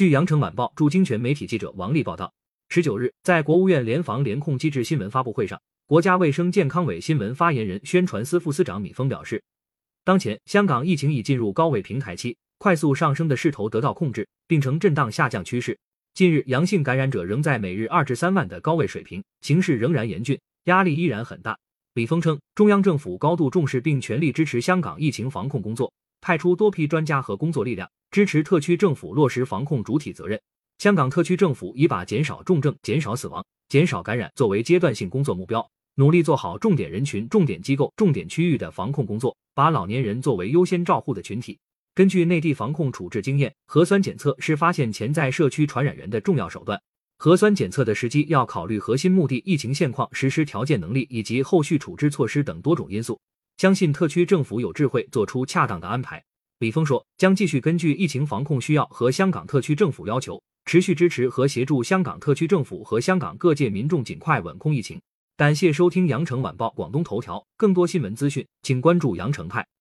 据羊城晚报驻京泉媒体记者王丽报道，19日，在国务院联防联控机制新闻发布会上，国家卫生健康委新闻发言人、宣传司副司长米峰表示，当前香港疫情已进入高位平台期，快速上升的势头得到控制，并呈震荡下降趋势。近日阳性感染者仍在每日2至3万的高位水平，形势仍然严峻，压力依然很大。米峰称，中央政府高度重视并全力支持香港疫情防控工作，派出多批专家和工作力量，支持特区政府落实防控主体责任。香港特区政府已把减少重症、减少死亡、减少感染作为阶段性工作目标，努力做好重点人群、重点机构、重点区域的防控工作，把老年人作为优先照护的群体。根据内地防控处置经验，核酸检测是发现潜在社区传染源的重要手段。核酸检测的时机要考虑核心目的、疫情现况、实施条件能力以及后续处置措施等多种因素。相信特区政府有智慧做出恰当的安排。米峰说，将继续根据疫情防控需要和香港特区政府要求，持续支持和协助香港特区政府和香港各界民众尽快稳控疫情。感谢收听羊城晚报广东头条，更多新闻资讯，请关注羊城派。